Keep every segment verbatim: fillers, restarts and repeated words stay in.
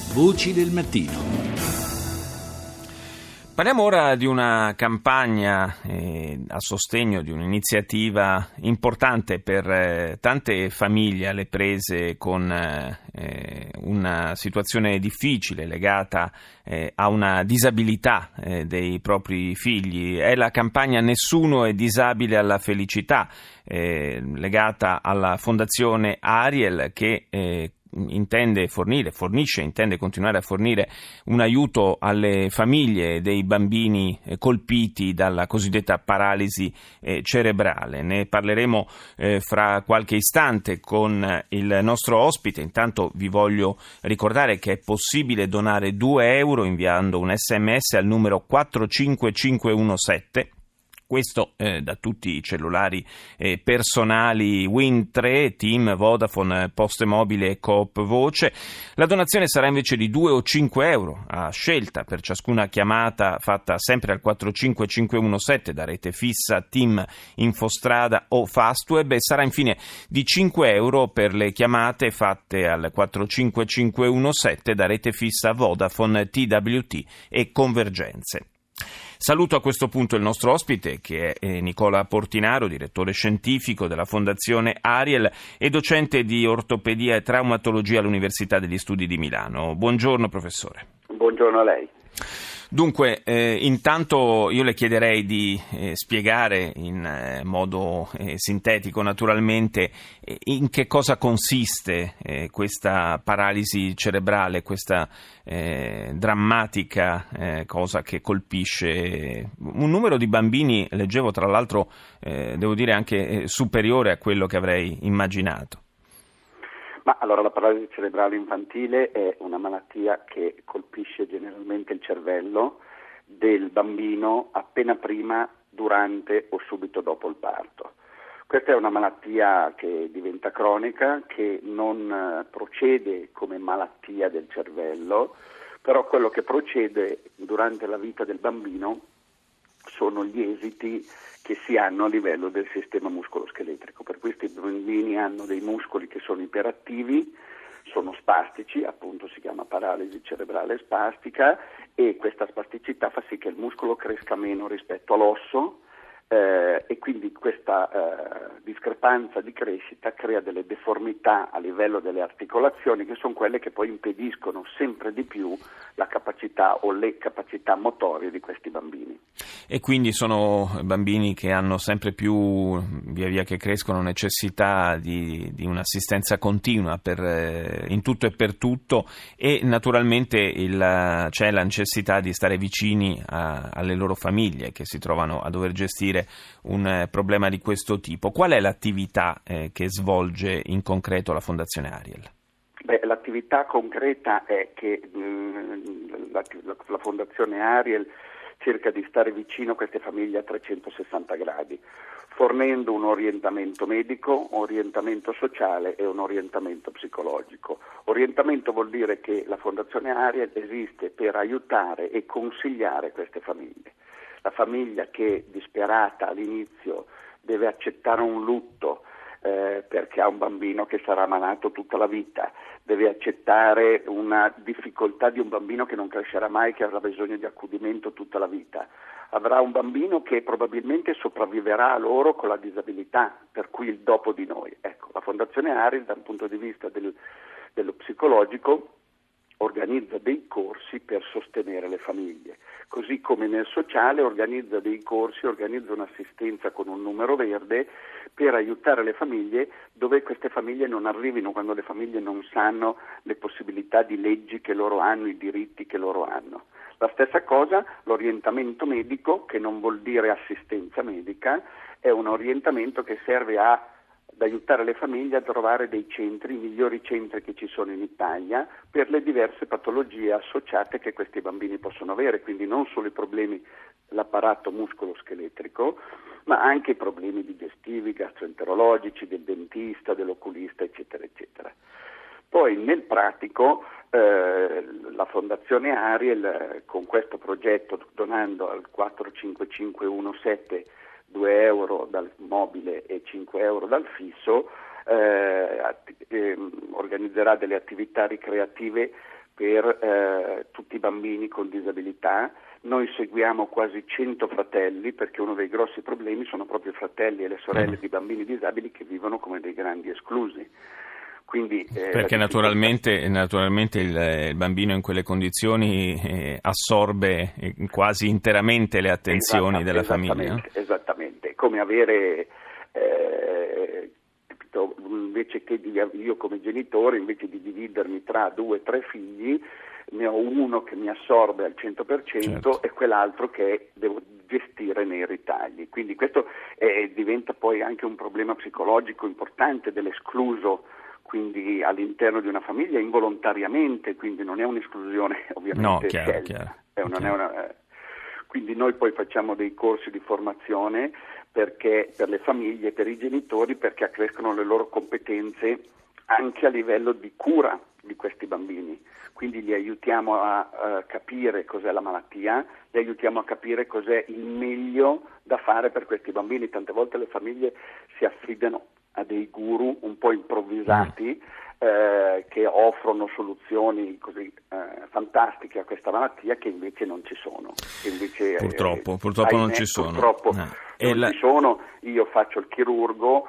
Voci del mattino. Parliamo ora di una campagna eh, a sostegno di un'iniziativa importante per eh, tante famiglie alle prese con eh, una situazione difficile legata eh, a una disabilità eh, dei propri figli. È la campagna Nessuno è disabile alla felicità, eh, legata alla Fondazione Ariel, che eh, intende fornire, fornisce, intende continuare a fornire un aiuto alle famiglie dei bambini colpiti dalla cosiddetta paralisi eh, cerebrale. Ne parleremo eh, fra qualche istante con il nostro ospite. Intanto vi voglio ricordare che è possibile donare due euro inviando un sms al numero quattro cinque cinque uno sette. Questo eh, da tutti i cellulari eh, personali Wind tre, TIM, Vodafone, Poste Mobile e Coop Voce. La donazione sarà invece di due o cinque euro a scelta per ciascuna chiamata fatta sempre al quattro cinque cinque uno sette da rete fissa, TIM, Infostrada o Fastweb, e sarà infine di cinque euro per le chiamate fatte al quattro cinque cinque uno sette da rete fissa Vodafone, T W T e Convergenze. Saluto a questo punto il nostro ospite, che è Nicola Portinaro, direttore scientifico della Fondazione Ariel e docente di ortopedia e traumatologia all'Università degli Studi di Milano. Buongiorno professore. Buongiorno a lei. Dunque, eh, intanto io le chiederei di eh, spiegare in eh, modo eh, sintetico, naturalmente, eh, in che cosa consiste eh, questa paralisi cerebrale, questa eh, drammatica eh, cosa che colpisce un numero di bambini, leggevo tra l'altro, eh, devo dire anche eh, superiore a quello che avrei immaginato. Ma allora la paralisi cerebrale infantile è una malattia che colpisce generalmente il cervello del bambino appena prima, durante o subito dopo il parto. Questa è una malattia che diventa cronica, che non procede come malattia del cervello, però quello che procede durante la vita del bambino sono gli esiti che si hanno a livello del sistema muscoloscheletrico. Per questi bambini hanno dei muscoli che sono iperattivi, sono spastici, appunto si chiama paralisi cerebrale spastica, e questa spasticità fa sì che il muscolo cresca meno rispetto all'osso, eh, e quindi questa eh, discrepanza di crescita crea delle deformità a livello delle articolazioni, che sono quelle che poi impediscono sempre di più la capacità o le capacità motorie di questi bambini. E quindi sono bambini che hanno sempre più, via via che crescono, necessità di, di un'assistenza continua per, eh, in tutto e per tutto, e naturalmente il, c'è la necessità di stare vicini a, alle loro famiglie che si trovano a dover gestire un eh, problema di questo tipo. Qual è l'attività eh, che svolge in concreto la Fondazione Ariel? Beh, l'attività concreta è che mh, la, la Fondazione Ariel cerca di stare vicino a queste famiglie a trecentosessanta gradi, fornendo un orientamento medico, un orientamento sociale e un orientamento psicologico. Orientamento vuol dire che la Fondazione Ariel esiste per aiutare e consigliare queste famiglie. La famiglia che, disperata all'inizio, deve accettare un lutto eh, perché ha un bambino che sarà malato tutta la vita, deve accettare una difficoltà di un bambino che non crescerà mai, che avrà bisogno di accudimento tutta la vita, avrà un bambino che probabilmente sopravviverà a loro con la disabilità, per cui il dopo di noi. Ecco, la Fondazione Ariel, dal punto di vista del, dello psicologico, organizza dei corsi per sostenere le famiglie, così come nel sociale organizza dei corsi, organizza un'assistenza con un numero verde per aiutare le famiglie dove queste famiglie non arrivino, quando le famiglie non sanno le possibilità di leggi che loro hanno, i diritti che loro hanno. La stessa cosa, l'orientamento medico, che non vuol dire assistenza medica, è un orientamento che serve a ad aiutare le famiglie a trovare dei centri, i migliori centri che ci sono in Italia, per le diverse patologie associate che questi bambini possono avere, quindi non solo i problemi dell'apparato muscoloscheletrico, ma anche i problemi digestivi, gastroenterologici, del dentista, dell'oculista, eccetera, eccetera. Poi nel pratico eh, la Fondazione Ariel eh, con questo progetto, donando al quattro cinque cinque uno sette due euro dal mobile e cinque euro dal fisso, eh, atti- eh, organizzerà delle attività ricreative per eh, tutti i bambini con disabilità. Noi seguiamo quasi cento fratelli, perché uno dei grossi problemi sono proprio i fratelli e le sorelle mm. di bambini disabili che vivono come dei grandi esclusi. Quindi, eh, perché naturalmente, naturalmente il, il bambino in quelle condizioni eh, assorbe eh, quasi interamente le attenzioni della famiglia. No? Esattamente, come avere eh, invece che di, io come genitore, invece di dividermi tra due o tre figli, ne ho uno che mi assorbe al cento per cento certo. e quell'altro che devo gestire nei ritagli. Quindi questo eh, diventa poi anche un problema psicologico importante dell'escluso, quindi all'interno di una famiglia involontariamente, quindi non è un'esclusione ovviamente no, chiaro, scelta. Chiaro, è una, chiaro. È una, eh, quindi noi poi facciamo dei corsi di formazione perché per le famiglie, per i genitori, perché accrescono le loro competenze anche a livello di cura di questi bambini. Quindi li aiutiamo a, a capire cos'è la malattia, li aiutiamo a capire cos'è il meglio da fare per questi bambini. Tante volte le famiglie si affidano a dei guru un po' improvvisati mm. eh, che offrono soluzioni così eh, fantastiche a questa malattia che invece non ci sono. Che invece, purtroppo, eh, purtroppo ahimè, non ci sono. Purtroppo no. non la... ci sono. Io faccio il chirurgo,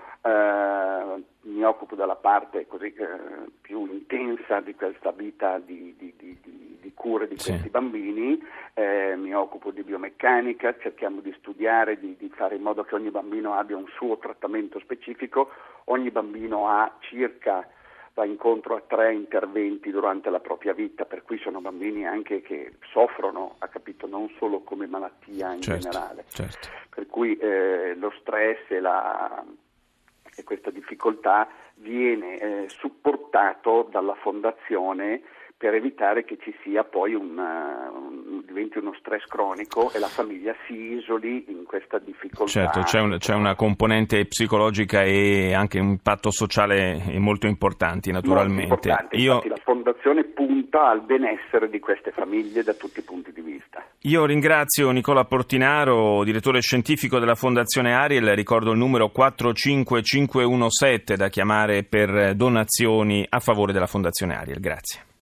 eh, mi occupo della parte così eh, più intensa di questa vita di, di, di, di, di cure di questi sì. bambini, eh, mi occupo di biomeccanica, cerchiamo di studiare, di, di fare in modo che ogni bambino abbia un suo trattamento specifico. Ogni bambino ha circa, va incontro a tre interventi durante la propria vita, per cui sono bambini anche che soffrono, ha capito, non solo come malattia in certo, generale. Certo. Per cui eh, lo stress e la e questa difficoltà viene eh, supportato dalla fondazione per evitare che ci sia poi una, un, diventi uno stress cronico e la famiglia si isoli in questa difficoltà. Certo, c'è, un, c'è una componente psicologica e anche un impatto sociale molto importanti, naturalmente. Molto importante. Io... Infatti la fondazione punta al benessere di queste famiglie da tutti i punti di vista. Io ringrazio Nicola Portinaro, direttore scientifico della Fondazione Ariel. Ricordo il numero quattro cinque cinque uno sette da chiamare per donazioni a favore della Fondazione Ariel. Grazie.